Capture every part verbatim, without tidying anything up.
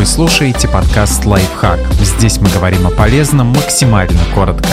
Вы слушаете подкаст «Лайфхак». Здесь мы говорим о полезном максимально коротко.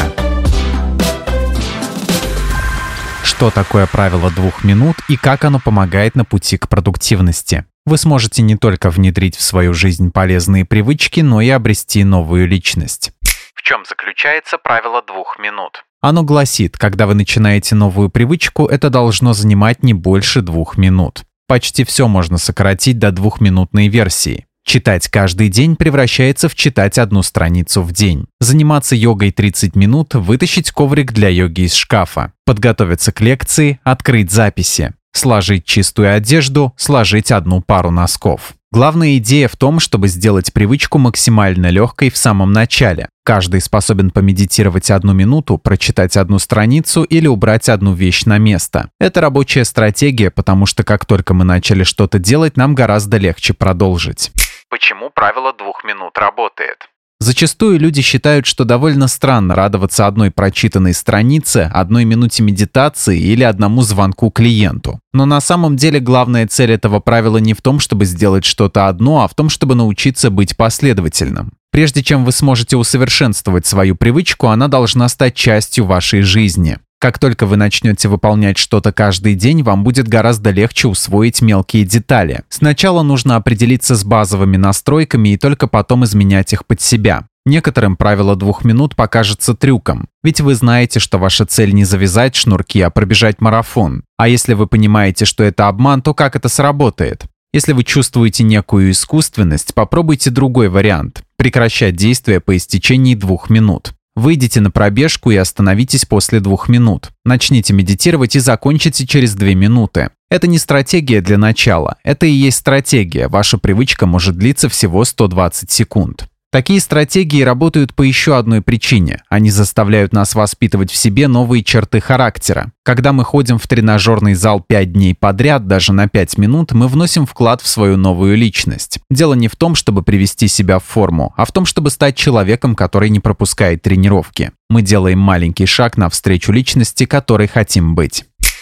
Что такое правило двух минут и как оно помогает на пути к продуктивности? Вы сможете не только внедрить в свою жизнь полезные привычки, но и обрести новую личность. В чем заключается правило двух минут? Оно гласит, когда вы начинаете новую привычку, это должно занимать не больше двух минут. Почти все можно сократить до двухминутной версии. Читать каждый день превращается в читать одну страницу в день. Заниматься йогой тридцать минут, вытащить коврик для йоги из шкафа. Подготовиться к лекции, открыть записи. Сложить чистую одежду, сложить одну пару носков. Главная идея в том, чтобы сделать привычку максимально легкой в самом начале. Каждый способен помедитировать одну минуту, прочитать одну страницу или убрать одну вещь на место. Это рабочая стратегия, потому что как только мы начали что-то делать, нам гораздо легче продолжить. Почему правило двух минут работает? Зачастую люди считают, что довольно странно радоваться одной прочитанной странице, одной минуте медитации или одному звонку клиенту. Но на самом деле главная цель этого правила не в том, чтобы сделать что-то одно, а в том, чтобы научиться быть последовательным. Прежде чем вы сможете усовершенствовать свою привычку, она должна стать частью вашей жизни. Как только вы начнете выполнять что-то каждый день, вам будет гораздо легче усвоить мелкие детали. Сначала нужно определиться с базовыми настройками и только потом изменять их под себя. Некоторым правило двух минут покажется трюком, ведь вы знаете, что ваша цель не завязать шнурки, а пробежать марафон. А если вы понимаете, что это обман, то как это сработает? Если вы чувствуете некую искусственность, попробуйте другой вариант – прекращать действие по истечении двух минут. Выйдите на пробежку и остановитесь после двух минут. Начните медитировать и закончите через две минуты. Это не стратегия для начала, это и есть стратегия. Ваша привычка может длиться всего сто двадцать секунд. Такие стратегии работают по еще одной причине. Они заставляют нас воспитывать в себе новые черты характера. Когда мы ходим в тренажерный зал пять дней подряд, даже на пять минут, мы вносим вклад в свою новую личность. Дело не в том, чтобы привести себя в форму, а в том, чтобы стать человеком, который не пропускает тренировки. Мы делаем маленький шаг навстречу личности, которой хотим быть.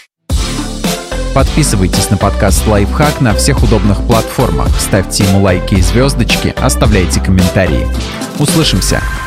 Подписывайтесь на подкаст «Лайфхак» на всех удобных платформах, ставьте ему лайки и звездочки, оставляйте комментарии. Услышимся!